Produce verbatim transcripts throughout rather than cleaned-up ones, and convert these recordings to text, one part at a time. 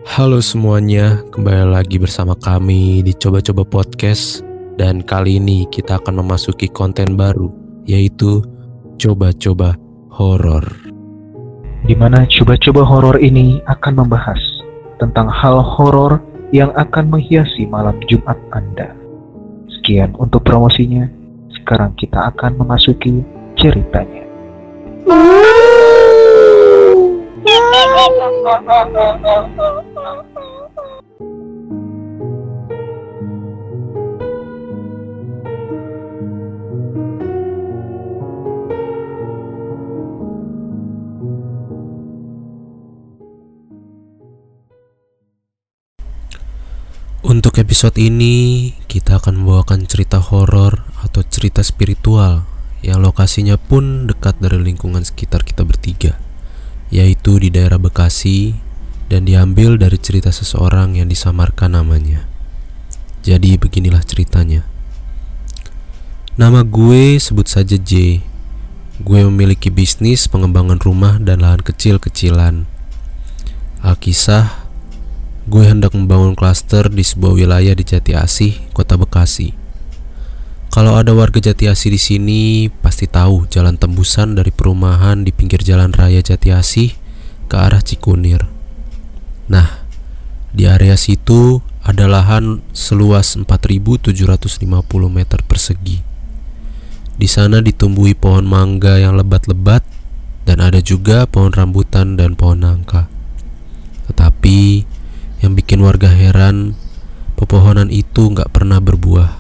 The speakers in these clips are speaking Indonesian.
Halo semuanya, kembali lagi bersama kami di Coba-Coba Podcast. Dan kali ini kita akan memasuki konten baru, yaitu Coba-Coba Horor. Di mana Coba-Coba Horor ini akan membahas tentang hal horor yang akan menghiasi malam Jumat Anda. Sekian untuk promosinya. Sekarang kita akan memasuki ceritanya. Untuk episode ini, kita akan membawakan cerita horor atau cerita spiritual yang lokasinya pun dekat dari lingkungan sekitar kita bertiga, yaitu di daerah Bekasi, dan diambil dari cerita seseorang yang disamarkan namanya. Jadi beginilah ceritanya. Nama gue sebut saja J. Gue memiliki bisnis pengembangan rumah dan lahan kecil-kecilan. Alkisah, gue hendak membangun klaster di sebuah wilayah di Jati Asih, Kota Bekasi. Kalau ada warga Jati Asih di sini, pasti tahu jalan tembusan dari perumahan di pinggir jalan raya Jati Asih ke arah Cikunir. Nah, di area situ ada lahan seluas empat ribu tujuh ratus lima puluh meter persegi. Di sana ditumbuhi pohon mangga yang lebat-lebat dan ada juga pohon rambutan dan pohon nangka. Tetapi yang bikin warga heran, pepohonan itu gak pernah berbuah.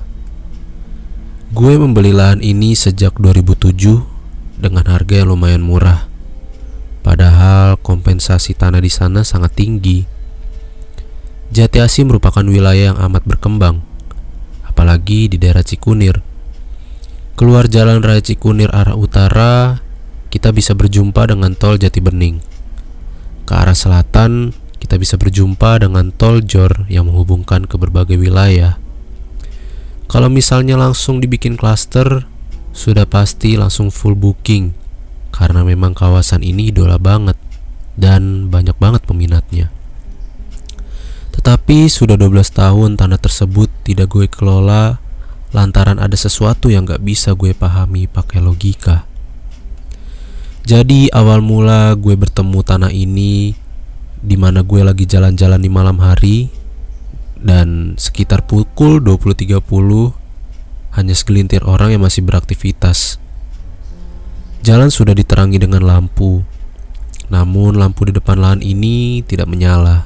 Gue membeli lahan ini sejak dua ribu tujuh dengan harga yang lumayan murah. Padahal kompensasi tanah di sana sangat tinggi. Jati Asih merupakan wilayah yang amat berkembang, apalagi di daerah Cikunir. Keluar jalan raya Cikunir arah utara, kita bisa berjumpa dengan tol Jati Bening. Ke arah selatan, kita bisa berjumpa dengan tol Jor yang menghubungkan ke berbagai wilayah. Kalau misalnya langsung dibikin klaster, sudah pasti langsung full booking, karena memang kawasan ini idola banget dan banyak banget peminatnya. Tetapi sudah dua belas tahun tanah tersebut tidak gue kelola lantaran ada sesuatu yang gak bisa gue pahami pakai logika. Jadi awal mula gue bertemu tanah ini di mana gue lagi jalan-jalan di malam hari, dan sekitar pukul dua puluh tiga puluh hanya segelintir orang yang masih beraktivitas. Jalan sudah diterangi dengan lampu, namun lampu di depan lahan ini tidak menyala.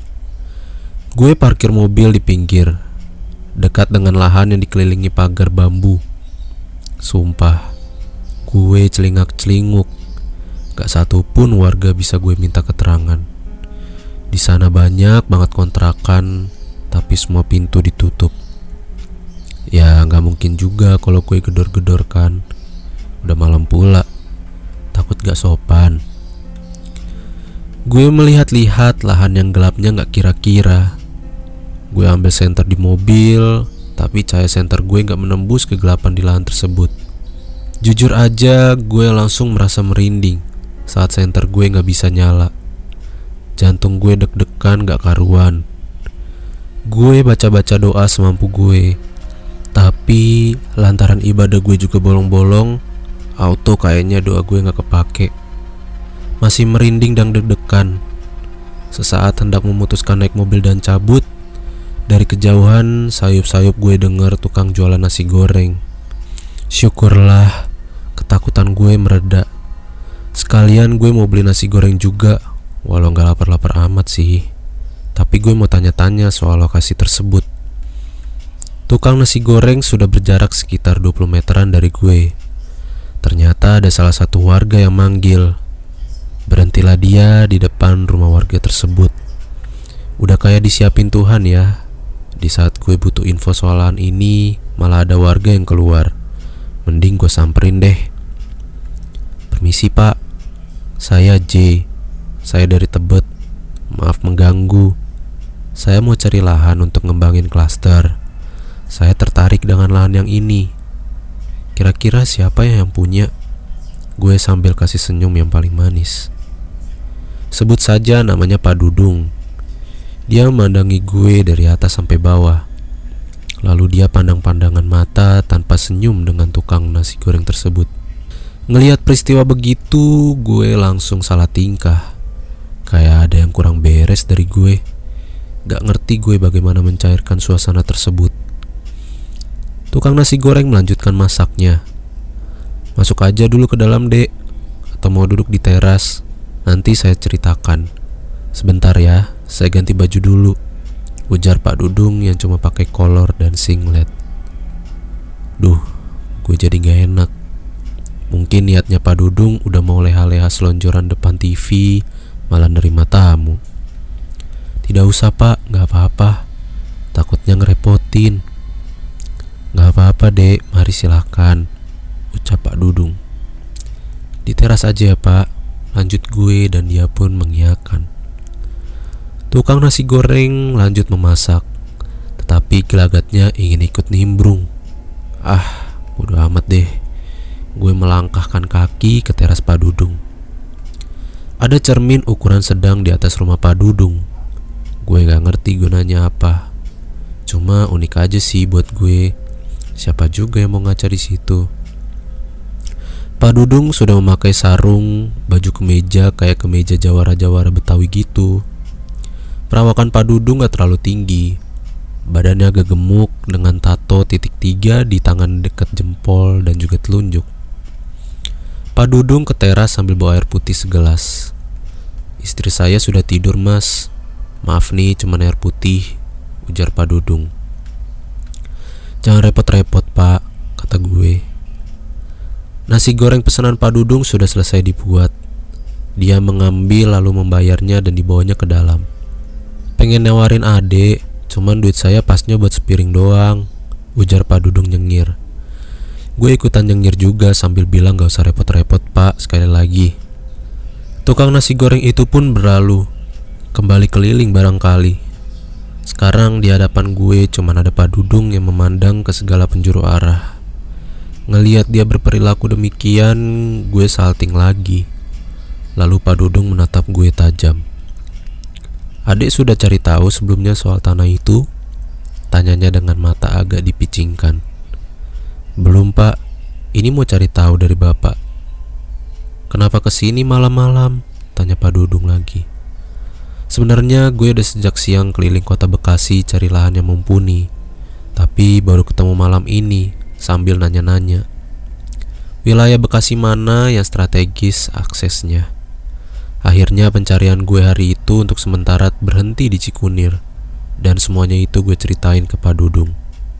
Gue parkir mobil di pinggir, dekat dengan lahan yang dikelilingi pagar bambu. Sumpah, gue celingak-celinguk, gak satupun warga bisa gue minta keterangan. Di sana banyak banget kontrakan, tapi semua pintu ditutup. Ya gak mungkin juga kalau gue gedor-gedor kan. Udah malam pula, takut gak sopan. Gue melihat-lihat lahan yang gelapnya gak kira-kira. Gue ambil senter di mobil, tapi cahaya senter gue gak menembus kegelapan di lahan tersebut. Jujur aja, gue langsung merasa merinding saat senter gue gak bisa nyala. Jantung gue deg-degan gak karuan. Gue baca-baca doa semampu gue, tapi lantaran ibadah gue juga bolong-bolong, auto kayaknya doa gue gak kepake. Masih merinding dan deg-degan. Sesaat hendak memutuskan naik mobil dan cabut, dari kejauhan sayup-sayup gue denger tukang jualan nasi goreng. Syukurlah ketakutan gue mereda. Sekalian gue mau beli nasi goreng juga, walau gak lapar-lapar amat sih. Tapi gue mau tanya-tanya soal lokasi tersebut. Tukang nasi goreng sudah berjarak sekitar dua puluh meteran dari gue. Ternyata ada salah satu warga yang manggil. Berhentilah dia di depan rumah warga tersebut. Udah kayak disiapin Tuhan ya. Di saat gue butuh info soalan ini, malah ada warga yang keluar. Mending gue samperin deh. Permisi pak, saya J. Saya dari Tebet. Maaf mengganggu. Saya mau cari lahan untuk ngembangin klaster. Saya tertarik dengan lahan yang ini. Kira-kira siapa ya yang punya? Gue sambil kasih senyum yang paling manis. Sebut saja namanya Pak Dudung. Dia memandangi gue dari atas sampai bawah. Lalu dia pandang-pandangan mata tanpa senyum dengan tukang nasi goreng tersebut. Ngelihat peristiwa begitu, gue langsung salah tingkah. Kayak ada yang kurang beres dari gue. Gak ngerti gue bagaimana mencairkan suasana tersebut. Tukang nasi goreng melanjutkan masaknya. Masuk aja dulu ke dalam, dek. Atau mau duduk di teras? Nanti saya ceritakan. Sebentar ya, saya ganti baju dulu, ujar Pak Dudung yang cuma pakai kolor dan singlet. Duh, gue jadi gak enak. Mungkin niatnya Pak Dudung udah mau leha-leha selonjoran depan T V, malah nerima tamu. Tidak usah pak, gak apa-apa. Takutnya ngerepotin. Gak apa-apa dek, mari silakan, ucap Pak Dudung. Di teras aja ya pak, lanjut gue, dan dia pun mengiyakan. Tukang nasi goreng lanjut memasak, tetapi gelagatnya ingin ikut nimbrung. Ah, bodo amat deh. Gue melangkahkan kaki ke teras Pak Dudung. Ada cermin ukuran sedang di atas rumah Pak Dudung. Gue gak ngerti gunanya apa. Cuma unik aja sih buat gue. Siapa juga yang mau ngaca di situ? Pak Dudung sudah memakai sarung, baju kemeja kayak kemeja jawara-jawara Betawi gitu. Perawakan Pak Dudung gak terlalu tinggi. Badannya agak gemuk dengan tato titik tiga di tangan dekat jempol dan juga telunjuk. Pak Dudung ke teras sambil bawa air putih segelas. Istri saya sudah tidur mas. Maaf nih, cuman air putih, ujar Pak Dudung. Jangan repot-repot pak, kata gue. Nasi goreng pesanan Pak Dudung sudah selesai dibuat. Dia mengambil lalu membayarnya dan dibawanya ke dalam. Pengen nawarin adek, cuman duit saya pasnya buat sepiring doang, ujar Pak Dudung nyengir. Gue ikutan nyengir juga sambil bilang gak usah repot-repot pak, sekali lagi. Tukang nasi goreng itu pun berlalu, kembali keliling barangkali. Sekarang di hadapan gue cuman ada Pak Dudung yang memandang ke segala penjuru arah. Ngelihat dia berperilaku demikian, gue salting lagi. Lalu Pak Dudung menatap gue tajam. Adik sudah cari tahu sebelumnya soal tanah itu? Tanyanya dengan mata agak dipicingkan. Belum pak, ini mau cari tahu dari bapak. Kenapa kesini malam-malam? Tanya Pak Dudung lagi. Sebenarnya gue udah sejak siang keliling kota Bekasi cari lahan yang mumpuni, tapi baru ketemu malam ini sambil nanya-nanya. Wilayah Bekasi mana yang strategis aksesnya? Akhirnya pencarian gue hari itu untuk sementara berhenti di Cikunir. Dan semuanya itu gue ceritain ke Pak Dudung.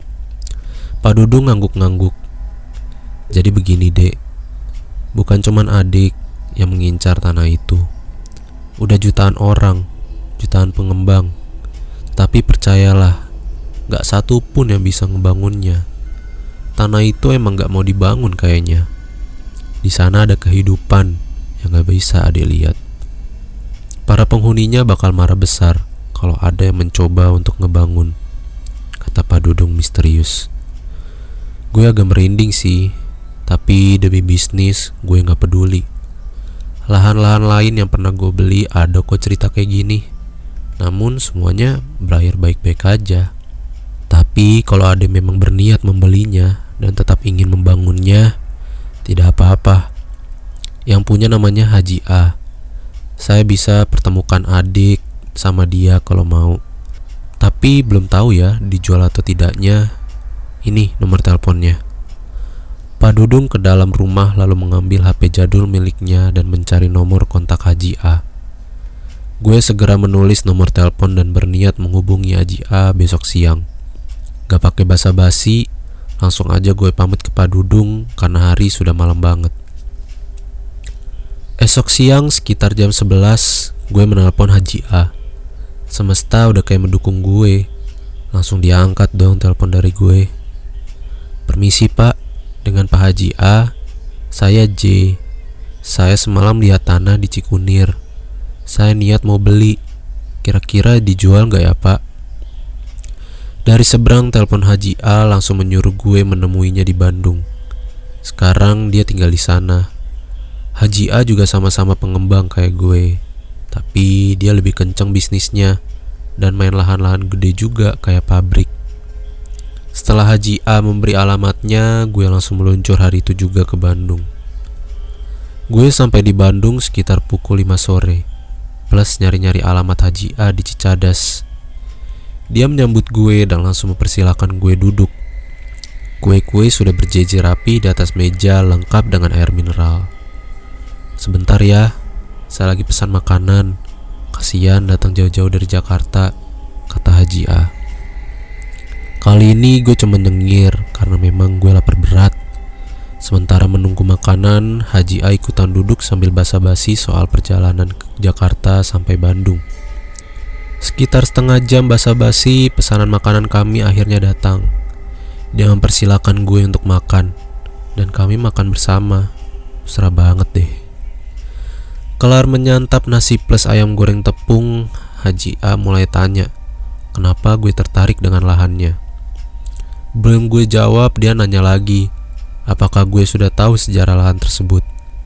Pak Dudung ngangguk-ngangguk. Jadi begini dek, bukan cuman adik yang mengincar tanah itu. Udah jutaan orang, jutaan pengembang. Tapi percayalah, gak satu pun yang bisa ngebangunnya. Tanah itu emang gak mau dibangun kayaknya. Di sana ada kehidupan yang gak bisa adik lihat. Para penghuninya bakal marah besar kalau ada yang mencoba untuk ngebangun, kata Pak Dudung misterius. Gue agak merinding sih, tapi demi bisnis gue gak peduli. Lahan-lahan lain yang pernah gue beli ada kok cerita kayak gini. Namun semuanya berakhir baik-baik aja. Tapi kalau ada yang memang berniat membelinya dan tetap ingin membangunnya, tidak apa-apa. Yang punya namanya Haji A. Saya bisa pertemukan adik sama dia kalau mau. Tapi belum tahu ya dijual atau tidaknya. Ini nomor teleponnya. Pak Dudung ke dalam rumah lalu mengambil H P jadul miliknya dan mencari nomor kontak Haji A. Gue segera menulis nomor telepon dan berniat menghubungi Haji A besok siang. Gak pakai basa-basi, langsung aja gue pamit ke Pak Dudung karena hari sudah malam banget. Esok siang sekitar jam sebelas, gue menelpon Haji A. Semesta udah kayak mendukung gue. Langsung diangkat dong telepon dari gue. Permisi pak, dengan Pak Haji A. Saya J. Saya semalam lihat tanah di Cikunir. Saya niat mau beli. Kira-kira dijual gak ya pak? Dari seberang telepon Haji A langsung menyuruh gue menemuinya di Bandung. Sekarang dia tinggal di sana. Haji A juga sama-sama pengembang kayak gue, tapi dia lebih kenceng bisnisnya. dan main lahan-lahan gede juga kayak pabrik. Setelah Haji A memberi alamatnya, gue langsung meluncur hari itu juga ke Bandung. Gue sampai di Bandung sekitar pukul lima sore, plus nyari-nyari alamat Haji A di Cicadas. Dia menyambut gue dan langsung mempersilahkan gue duduk. Kue-kue sudah berjejer rapi di atas meja lengkap dengan air mineral. Sebentar ya, saya lagi pesan makanan. Kasian datang jauh-jauh dari Jakarta, kata Haji A. Kali ini gue cuma nyengir karena memang gue lapar berat. Sementara menunggu makanan, Haji A ikutan duduk sambil basa-basi soal perjalanan ke Jakarta sampai Bandung. Sekitar setengah jam basa-basi, pesanan makanan kami akhirnya datang. Dia mempersilahkan gue untuk makan, dan kami makan bersama. Mesra banget deh. Kelar menyantap nasi plus ayam goreng tepung, Haji A mulai tanya, kenapa gue tertarik dengan lahannya. Belum gue jawab, dia nanya lagi, apakah gue sudah tahu sejarah lahan tersebut.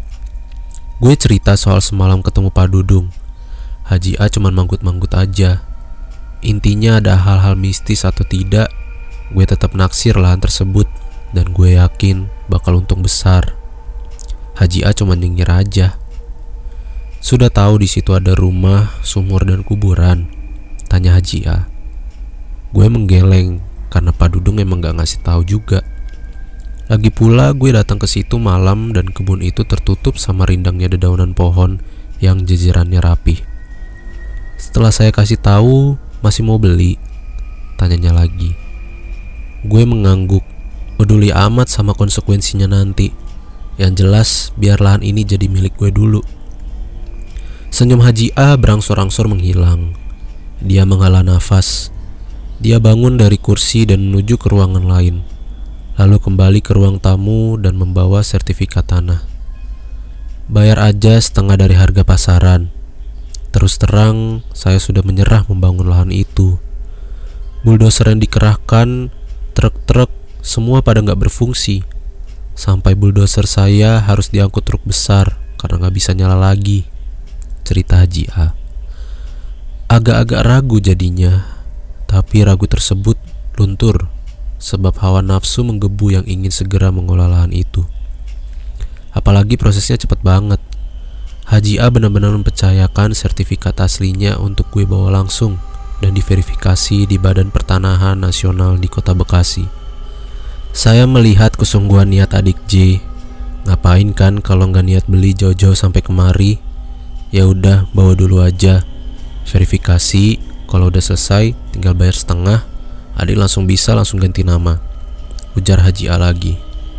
Gue cerita soal semalam ketemu Pak Dudung. Haji A cuma manggut-manggut aja. Intinya ada hal-hal mistis atau tidak, gue tetap naksir lahan tersebut dan gue yakin bakal untung besar. Haji A cuma nyengir aja. Sudah tahu di situ ada rumah, sumur dan kuburan? Tanya Haji A. Gue menggeleng karena Pak Dudung emang gak ngasih tahu juga. Lagi pula gue datang ke situ malam dan kebun itu tertutup sama rindangnya dedaunan pohon yang jejerannya rapi. Setelah saya kasih tahu, masih mau beli? Tanyanya lagi. Gue mengangguk, peduli amat sama konsekuensinya nanti. Yang jelas biar lahan ini jadi milik gue dulu. Senyum Haji A berangsur-angsur menghilang. Dia menghela nafas. Dia bangun dari kursi dan menuju ke ruangan lain, lalu kembali ke ruang tamu dan membawa sertifikat tanah. Bayar aja setengah dari harga pasaran. Terus terang, saya sudah menyerah membangun lahan itu. Bulldozer yang dikerahkan, truk-truk, semua pada gak berfungsi. Sampai bulldozer saya harus diangkut truk besar karena gak bisa nyala lagi, cerita Haji A. Agak-agak ragu jadinya. Tapi ragu tersebut luntur sebab hawa nafsu menggebu yang ingin segera mengolah lahan itu. Apalagi prosesnya cepat banget. Haji A benar-benar mempercayakan sertifikat aslinya untuk gue bawa langsung dan diverifikasi di Badan Pertanahan Nasional di Kota Bekasi. Saya melihat kesungguhan niat adik J. Ngapain kan kalau nggak niat beli jauh-jauh sampai kemari? Ya udah, bawa dulu aja. Verifikasi. Kalau udah selesai, tinggal bayar setengah, adik langsung bisa langsung ganti nama, ujar Haji A lagi.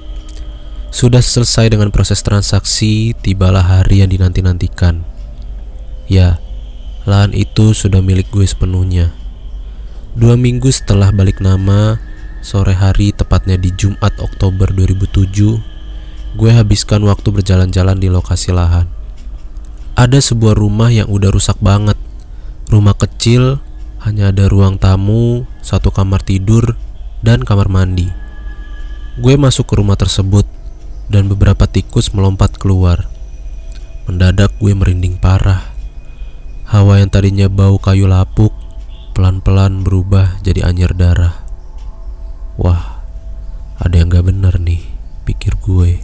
Sudah selesai dengan proses transaksi, tibalah hari yang dinanti-nantikan. Ya, lahan itu sudah milik gue sepenuhnya. Dua minggu setelah balik nama, sore hari tepatnya di Jumat Oktober dua ribu tujuh, gue habiskan waktu berjalan-jalan di lokasi lahan. Ada sebuah rumah yang udah rusak banget. Rumah kecil, hanya ada ruang tamu, satu kamar tidur, dan kamar mandi. Gue masuk ke rumah tersebut, dan beberapa tikus melompat keluar. Mendadak gue merinding parah. Hawa yang tadinya bau kayu lapuk, pelan-pelan berubah jadi anyir darah. Wah, ada yang gak benar nih, pikir gue.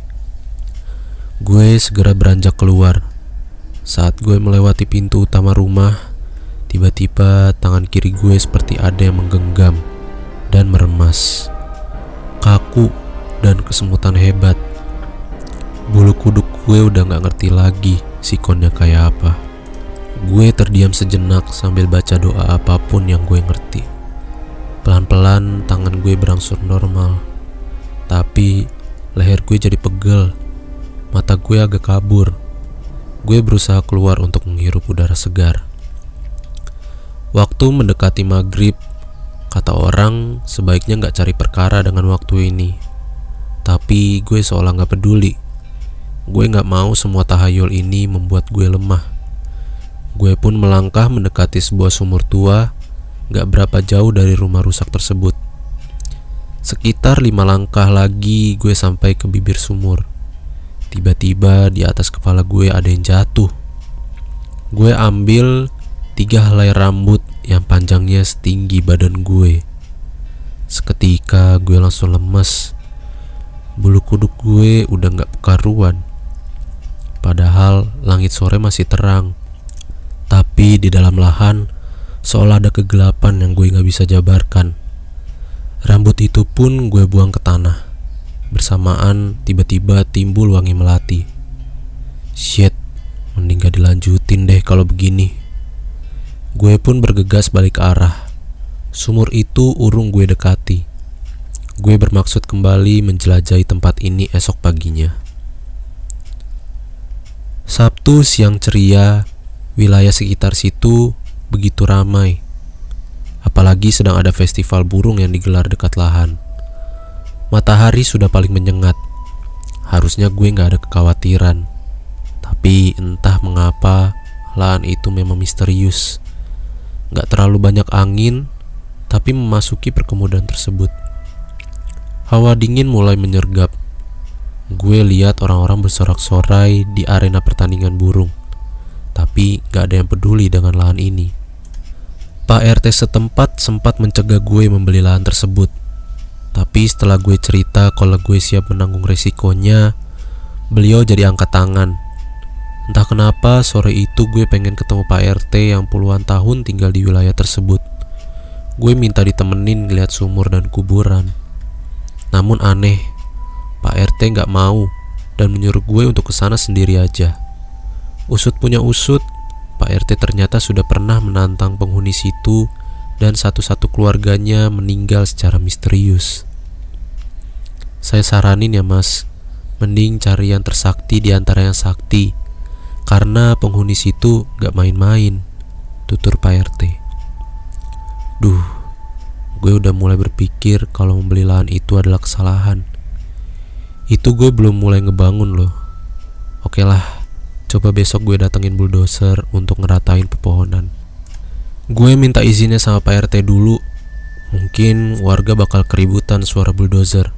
Gue segera beranjak keluar. Saat gue melewati pintu utama rumah, tiba-tiba tangan kiri gue seperti ada yang menggenggam dan meremas. Kaku dan kesemutan hebat. Bulu kuduk gue udah gak ngerti lagi sikonnya kayak apa. Gue terdiam sejenak sambil baca doa apapun yang gue ngerti. Pelan-pelan tangan gue berangsur normal. Tapi leher gue jadi pegel. Mata gue agak kabur. Gue berusaha keluar untuk menghirup udara segar. Waktu mendekati maghrib, kata orang sebaiknya gak cari perkara dengan waktu ini. Tapi gue seolah gak peduli. Gue gak mau semua tahayul ini membuat gue lemah. Gue pun melangkah mendekati sebuah sumur tua, gak berapa jauh dari rumah rusak tersebut. Sekitar lima langkah lagi gue sampai ke bibir sumur. Tiba-tiba di atas kepala gue ada yang jatuh. Gue ambil tiga helai rambut yang panjangnya setinggi badan gue. Seketika gue langsung lemes. Bulu kuduk gue udah gak karuan. Padahal langit sore masih terang. Tapi di dalam lahan seolah ada kegelapan yang gue gak bisa jabarkan. Rambut itu pun gue buang ke tanah. Bersamaan tiba-tiba timbul wangi melati. Shit, mending gak dilanjutin deh kalau begini. Gue pun bergegas balik ke arah. Sumur itu urung gue dekati. Gue bermaksud kembali menjelajahi tempat ini esok paginya. Sabtu siang ceria, wilayah sekitar situ begitu ramai. Apalagi sedang ada festival burung yang digelar dekat lahan. Matahari sudah paling menyengat. Harusnya gue gak ada kekhawatiran. Tapi entah mengapa lahan itu memang misterius. Gak terlalu banyak angin, tapi memasuki perkemudian tersebut. Hawa dingin mulai menyergap. Gue lihat orang-orang bersorak-sorai di arena pertandingan burung. Tapi gak ada yang peduli dengan lahan ini. Pak R T setempat sempat mencegah gue membeli lahan tersebut. Tapi setelah gue cerita kalau gue siap menanggung resikonya, beliau jadi angkat tangan. Entah kenapa sore itu gue pengen ketemu Pak R T yang puluhan tahun tinggal di wilayah tersebut. Gue minta ditemenin lihat sumur dan kuburan. Namun aneh, Pak R T gak mau dan menyuruh gue untuk kesana sendiri aja. Usut punya usut, Pak R T ternyata sudah pernah menantang penghuni situ dan satu-satu keluarganya meninggal secara misterius. Saya saranin ya mas, mending cari yang tersakti di antara yang sakti, karena penghuni situ gak main-main, tutur Pak R T. Duh, gue udah mulai berpikir kalau membeli lahan itu adalah kesalahan. Itu gue belum mulai ngebangun loh. Oke lah, coba besok gue datengin bulldozer untuk ngeratain pepohonan. Gue minta izinnya sama Pak R T dulu. Mungkin warga bakal keributan suara bulldozer.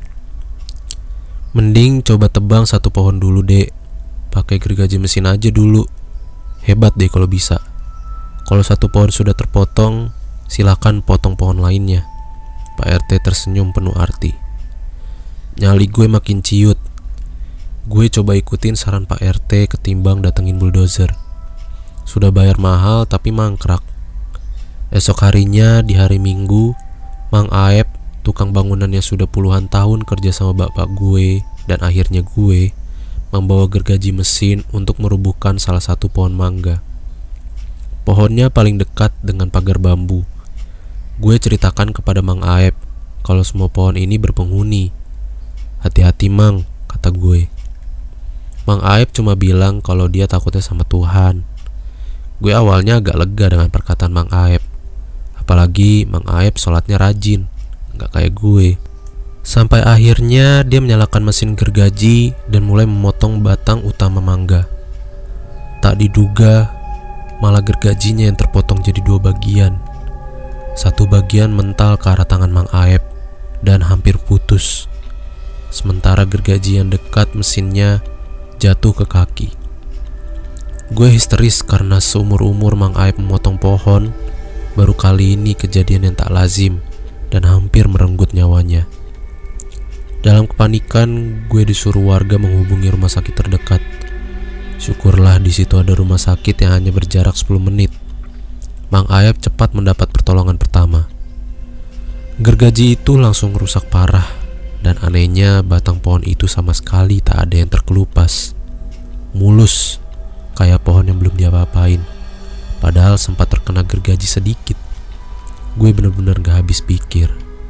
Mending coba tebang satu pohon dulu dek. Pakai gergaji mesin aja dulu. Hebat deh kalau bisa. Kalau satu pohon sudah terpotong, silakan potong pohon lainnya. Pak R T tersenyum penuh arti. Nyali gue makin ciut. Gue coba ikutin saran Pak R T ketimbang datengin bulldozer. Sudah bayar mahal tapi mangkrak. Esok harinya di hari Minggu, Mang Aep, tukang bangunan yang sudah puluhan tahun kerja sama bapak gue dan akhirnya gue, membawa gergaji mesin untuk merubuhkan salah satu pohon mangga. Pohonnya paling dekat dengan pagar bambu. Gue ceritakan kepada Mang Aep kalau semua pohon ini berpenghuni. Hati-hati Mang, kata gue. Mang Aep cuma bilang kalau dia takutnya sama Tuhan. Gue awalnya agak lega dengan perkataan Mang Aep. Apalagi Mang Aep sholatnya rajin, gak kayak gue. Sampai akhirnya dia menyalakan mesin gergaji dan mulai memotong batang utama mangga. Tak diduga, malah gergajinya yang terpotong jadi dua bagian. Satu bagian mental ke arah tangan Mang Aep dan hampir putus. Sementara gergaji yang dekat mesinnya jatuh ke kaki. Gue histeris karena seumur-umur Mang Aep memotong pohon. Baru kali ini kejadian yang tak lazim dan hampir merenggut nyawanya. Dalam kepanikan, gue disuruh warga menghubungi rumah sakit terdekat. Syukurlah di situ ada rumah sakit yang hanya berjarak sepuluh menit. Mang Aep cepat mendapat pertolongan pertama. Gergaji itu langsung rusak parah, dan anehnya batang pohon itu sama sekali tak ada yang terkelupas. Mulus, kayak pohon yang belum diapa-apain. Padahal sempat terkena gergaji sedikit. Gue benar-benar gak habis pikir.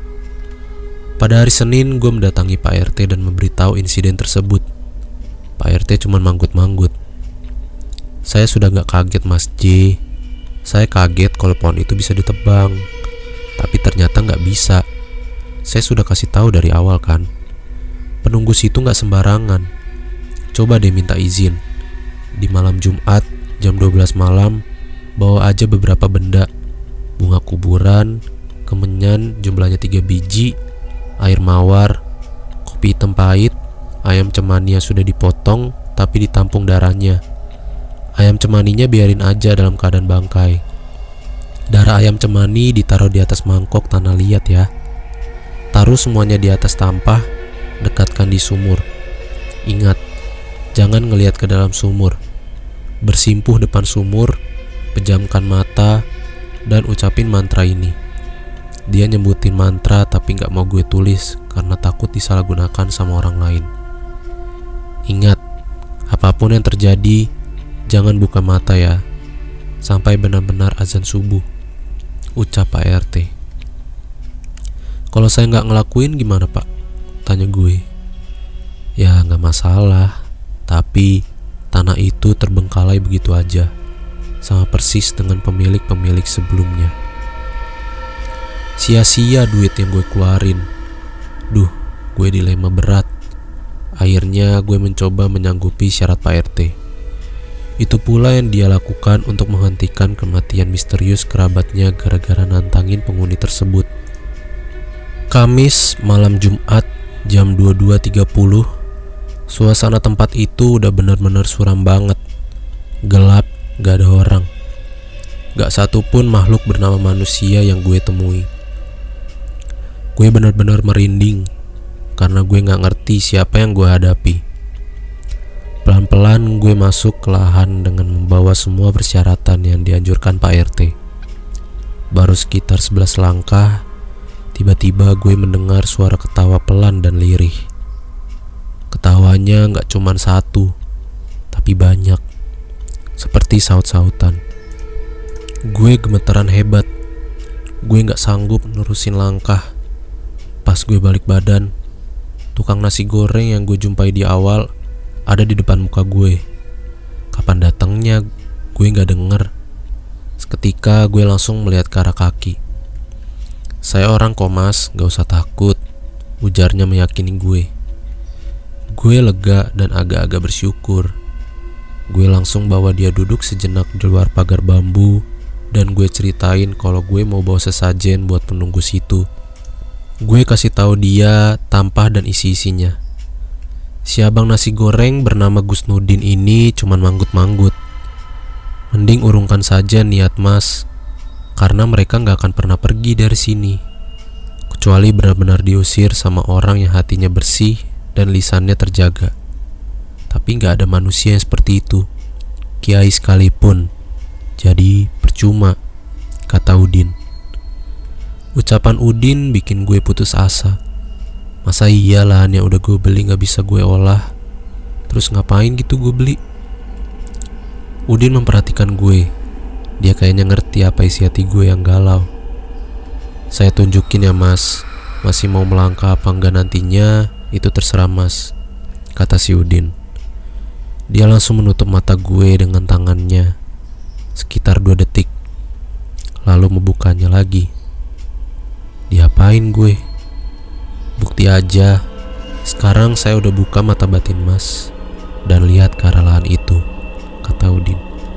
Pada hari Senin, gue mendatangi Pak R T dan memberitahu insiden tersebut. Pak R T cuma manggut-manggut. Saya sudah gak kaget Mas J. Saya kaget kalau pohon itu bisa ditebang. Tapi ternyata gak bisa. Saya sudah kasih tahu dari awal kan. Penunggu situ gak sembarangan. Coba deh minta izin. Di malam Jumat, jam dua belas malam, bawa aja beberapa benda. Bunga kuburan, kemenyan jumlahnya tiga biji, air mawar, kopi hitam pahit, ayam cemani yang sudah dipotong tapi ditampung darahnya. Ayam cemaninya biarin aja dalam keadaan bangkai. Darah ayam cemani ditaruh di atas mangkok tanah liat ya. Taruh semuanya di atas tampah, dekatkan di sumur. Ingat, jangan ngelihat ke dalam sumur. Bersimpuh depan sumur, pejamkan mata, dan ucapin mantra ini. Dia nyebutin mantra tapi gak mau gue tulis karena takut disalahgunakan sama orang lain. Ingat, apapun yang terjadi, jangan buka mata ya, sampai benar-benar azan subuh. Ucap Pak R T. Kalau saya gak ngelakuin gimana Pak? Tanya gue. Ya gak masalah, tapi tanah itu terbengkalai begitu aja, sama persis dengan pemilik-pemilik sebelumnya. Sia-sia duit yang gue keluarin. Duh, gue dilema berat. Akhirnya gue mencoba menyanggupi syarat Pak R T. Itu pula yang dia lakukan untuk menghentikan kematian misterius kerabatnya gara-gara nantangin penghuni tersebut. Kamis malam Jumat jam dua puluh dua tiga puluh. Suasana tempat itu udah benar-benar suram banget. Gelap, gak ada orang. Gak satupun makhluk bernama manusia yang gue temui. Gue benar-benar merinding karena gue gak ngerti siapa yang gue hadapi. Pelan-pelan gue masuk ke lahan dengan membawa semua persyaratan yang dianjurkan Pak R T. Baru sekitar sebelas langkah, tiba-tiba gue mendengar suara ketawa pelan dan lirih. Ketawanya gak cuman satu, tapi banyak, seperti saut-sautan. Gue gemetaran hebat. Gue gak sanggup nerusin langkah. Pas gue balik badan, tukang nasi goreng yang gue jumpai di awal ada di depan muka gue. Kapan datangnya gue gak denger. Seketika gue langsung melihat ke arah kaki. Saya orang kok mas, gak usah takut, ujarnya meyakini gue. Gue lega dan agak-agak bersyukur. Gue langsung bawa dia duduk sejenak di luar pagar bambu, dan gue ceritain kalau gue mau bawa sesajen buat penunggu situ. Gue kasih tahu dia tampah dan isi-isinya. Si abang nasi goreng bernama Gus Nudin ini cuman manggut-manggut. Mending urungkan saja niat mas, karena mereka gak akan pernah pergi dari sini, kecuali benar-benar diusir sama orang yang hatinya bersih dan lisannya terjaga. Tapi gak ada manusia yang seperti itu, kiai sekalipun. Jadi percuma, kata Udin. Ucapan Udin bikin gue putus asa. Masa iya lahan yang udah gue beli gak bisa gue olah? Terus ngapain gitu gue beli? Udin memperhatikan gue. Dia kayaknya ngerti apa isi hati gue yang galau. Saya tunjukin ya mas, masih mau melangkah apa enggak nantinya, itu terserah mas, kata si Udin. Dia langsung menutup mata gue dengan tangannya sekitar dua detik, lalu membukanya lagi. Diapain gue? Bukti aja. Sekarang saya udah buka mata batin mas dan lihat ke arah lahan itu, kata Udin.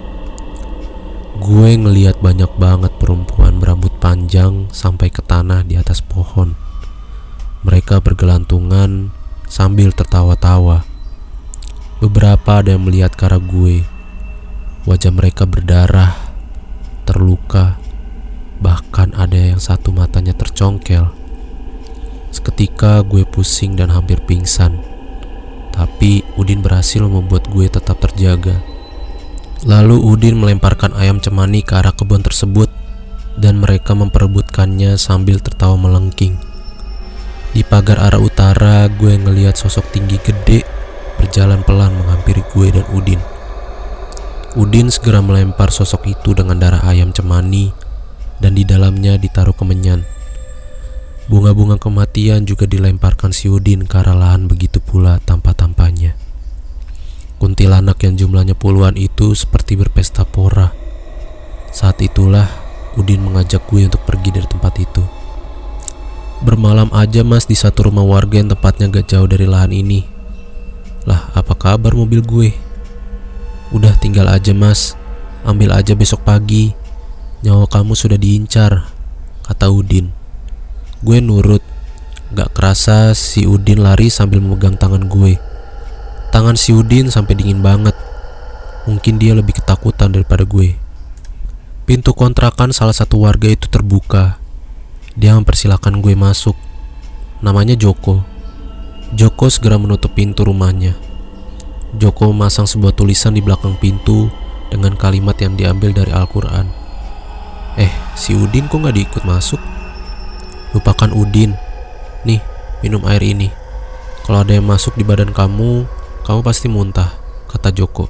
Gue ngelihat banyak banget perempuan berambut panjang sampai ke tanah di atas pohon. Mereka bergelantungan sambil tertawa-tawa. Beberapa ada yang melihat ke arah gue. Wajah mereka berdarah, terluka, bahkan ada yang satu matanya tercongkel. Seketika gue pusing dan hampir pingsan, tapi Udin berhasil membuat gue tetap terjaga. Lalu Udin melemparkan ayam cemani ke arah kebun tersebut, dan mereka memperebutkannya sambil tertawa melengking. Di pagar arah utara, gue ngelihat sosok tinggi gede berjalan pelan menghampiri gue dan Udin. Udin segera melempar sosok itu dengan darah ayam cemani, dan di dalamnya ditaruh kemenyan. Bunga-bunga kematian juga dilemparkan si Udin ke arah lahan, begitu pula tampah-tampahnya. Kuntilanak yang jumlahnya puluhan itu seperti berpesta pora. Saat itulah Udin mengajak gue untuk pergi dari tempat itu. Bermalam aja mas di satu rumah warga yang tempatnya gak jauh dari lahan ini. Lah, apa kabar mobil gue? Udah tinggal aja mas, ambil aja besok pagi. Nyawa kamu sudah diincar, kata Udin. Gue nurut. Gak kerasa si Udin lari sambil memegang tangan gue. Tangan si Udin sampai dingin banget. Mungkin dia lebih ketakutan daripada gue. Pintu kontrakan salah satu warga itu terbuka. Dia mempersilahkan gue masuk. Namanya Joko. Joko segera menutup pintu rumahnya. Joko memasang sebuah tulisan di belakang pintu dengan kalimat yang diambil dari Al-Quran. Eh, si Udin kok gak diikut masuk? Lupakan Udin. Nih, minum air ini. Kalau ada yang masuk di badan kamu, kamu pasti muntah, kata Joko.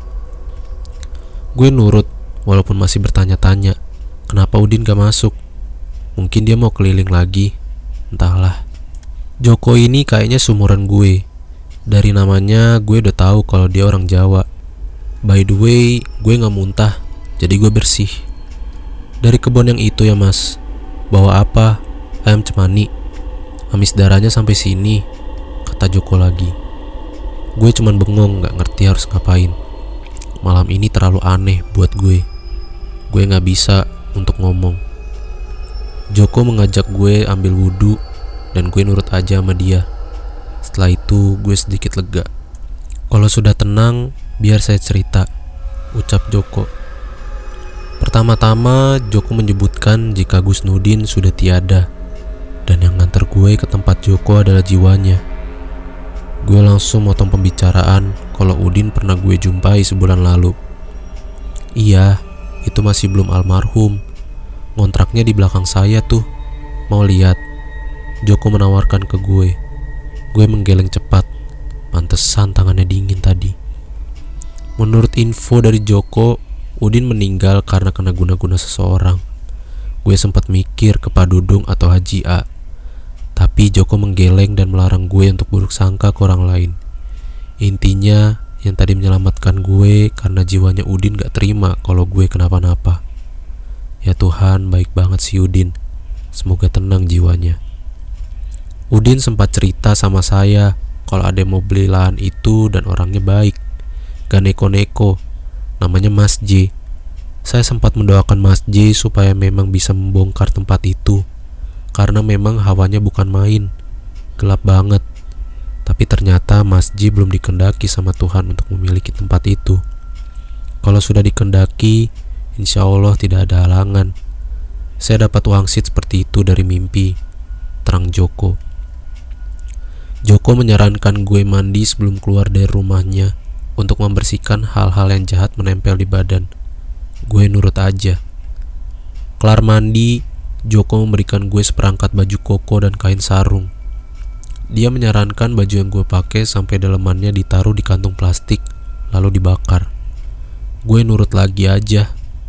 Gue nurut, walaupun masih bertanya-tanya, kenapa Udin gak masuk? Mungkin dia mau keliling lagi, entahlah. Joko ini kayaknya seumuran gue. Dari namanya gue udah tahu kalau dia orang Jawa. By the way, gue gak muntah, jadi gue bersih. Dari kebun yang itu ya mas. Bawa apa? Ayam cemani. Amis darahnya sampai sini, kata Joko lagi. Gue cuman bengong, gak ngerti harus ngapain. Malam ini terlalu aneh buat gue. Gue gak bisa untuk ngomong. Joko mengajak gue ambil wudhu, dan gue nurut aja sama dia. Setelah itu gue sedikit lega. Kalau sudah tenang, biar saya cerita, ucap Joko. Pertama-tama Joko menyebutkan jika Gus Nudin sudah tiada, dan yang nganter gue ke tempat Joko adalah jiwanya. Gue langsung motong pembicaraan kalau Udin pernah gue jumpai sebulan lalu. Iya, itu masih belum almarhum. Ngontraknya di belakang saya tuh. Mau lihat? Joko menawarkan ke gue. Gue menggeleng cepat. Pantesan tangannya dingin tadi. Menurut info dari Joko, Udin meninggal karena kena guna-guna seseorang. Gue sempat mikir ke Pak Dudung atau Haji A. Tapi Joko menggeleng dan melarang gue untuk buruk sangka ke orang lain. Intinya, yang tadi menyelamatkan gue karena jiwanya Udin gak terima kalau gue kenapa-napa. Ya Tuhan, baik banget si Udin. Semoga tenang jiwanya. Udin sempat cerita sama saya kalau ada yang mau beli lahan itu dan orangnya baik. Gak neko-neko. Namanya Mas J. Saya sempat mendoakan Mas J supaya memang bisa membongkar tempat itu. Karena memang hawanya bukan main. Gelap banget. Tapi ternyata Mas J belum dikendaki sama Tuhan untuk memiliki tempat itu. Kalau sudah dikendaki, insya Allah tidak ada halangan. Saya dapat wangsit seperti itu dari mimpi, terang Joko. Joko menyarankan gue mandi sebelum keluar dari rumahnya untuk membersihkan hal-hal yang jahat menempel di badan. Gue nurut aja. Kelar mandi, Joko memberikan gue seperangkat baju koko dan kain sarung. Dia menyarankan baju yang gue pakai sampai dalemannya ditaruh di kantung plastik, lalu dibakar. Gue nurut lagi aja.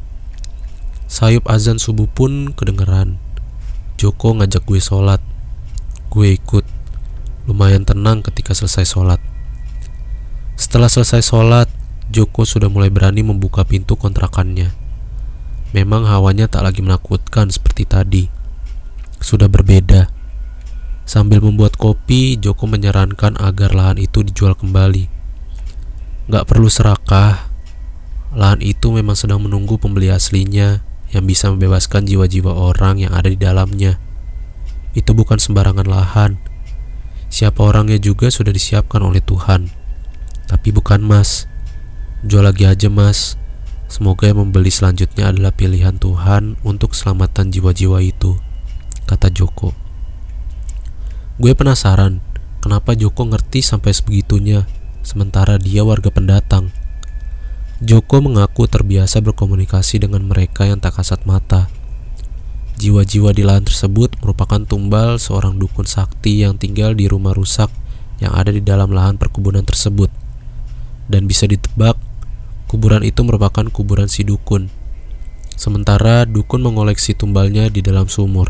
Sayup azan subuh pun kedengeran. Joko ngajak gue sholat. Gue ikut. Lumayan tenang ketika selesai sholat. Setelah selesai sholat, Joko sudah mulai berani membuka pintu kontrakannya. Memang hawanya tak lagi menakutkan seperti tadi. Sudah berbeda. Sambil membuat kopi, Joko menyarankan agar lahan itu dijual kembali. Gak perlu serakah. Lahan itu memang sedang menunggu pembeli aslinya yang bisa membebaskan jiwa-jiwa orang yang ada di dalamnya. Itu bukan sembarangan lahan. Siapa orangnya juga sudah disiapkan oleh Tuhan. Tapi bukan mas. Jual lagi aja mas. Semoga yang membeli selanjutnya adalah pilihan Tuhan untuk keselamatan jiwa-jiwa itu, kata Joko. Gue penasaran, kenapa Joko ngerti sampai sebegitunya, sementara dia warga pendatang. Joko mengaku terbiasa berkomunikasi dengan mereka yang tak kasat mata. Jiwa-jiwa di lahan tersebut merupakan tumbal seorang dukun sakti yang tinggal di rumah rusak yang ada di dalam lahan perkebunan tersebut. Dan bisa ditebak, kuburan itu merupakan kuburan si dukun. Sementara dukun mengoleksi tumbalnya di dalam sumur.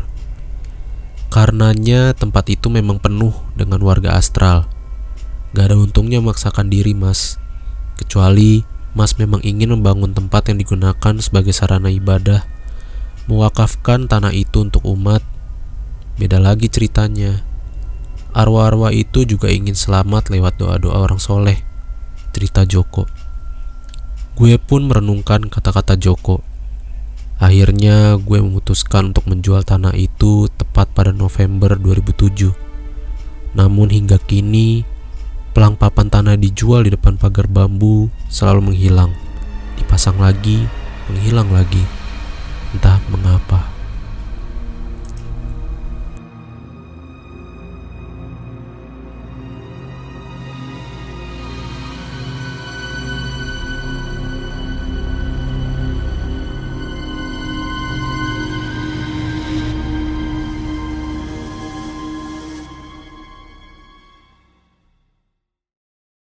Karenanya tempat itu memang penuh dengan warga astral. Gak ada untungnya memaksakan diri mas. Kecuali mas memang ingin membangun tempat yang digunakan sebagai sarana ibadah, mewakafkan tanah itu untuk umat. Beda lagi ceritanya. Arwah-arwah itu juga ingin selamat lewat doa-doa orang soleh, cerita Joko. Gue pun merenungkan kata-kata Joko. Akhirnya gue memutuskan untuk menjual tanah itu tepat pada November dua ribu tujuh. Namun hingga kini, pelang papan tanah dijual di depan pagar bambu selalu menghilang. Dipasang lagi, menghilang lagi. Entah mengapa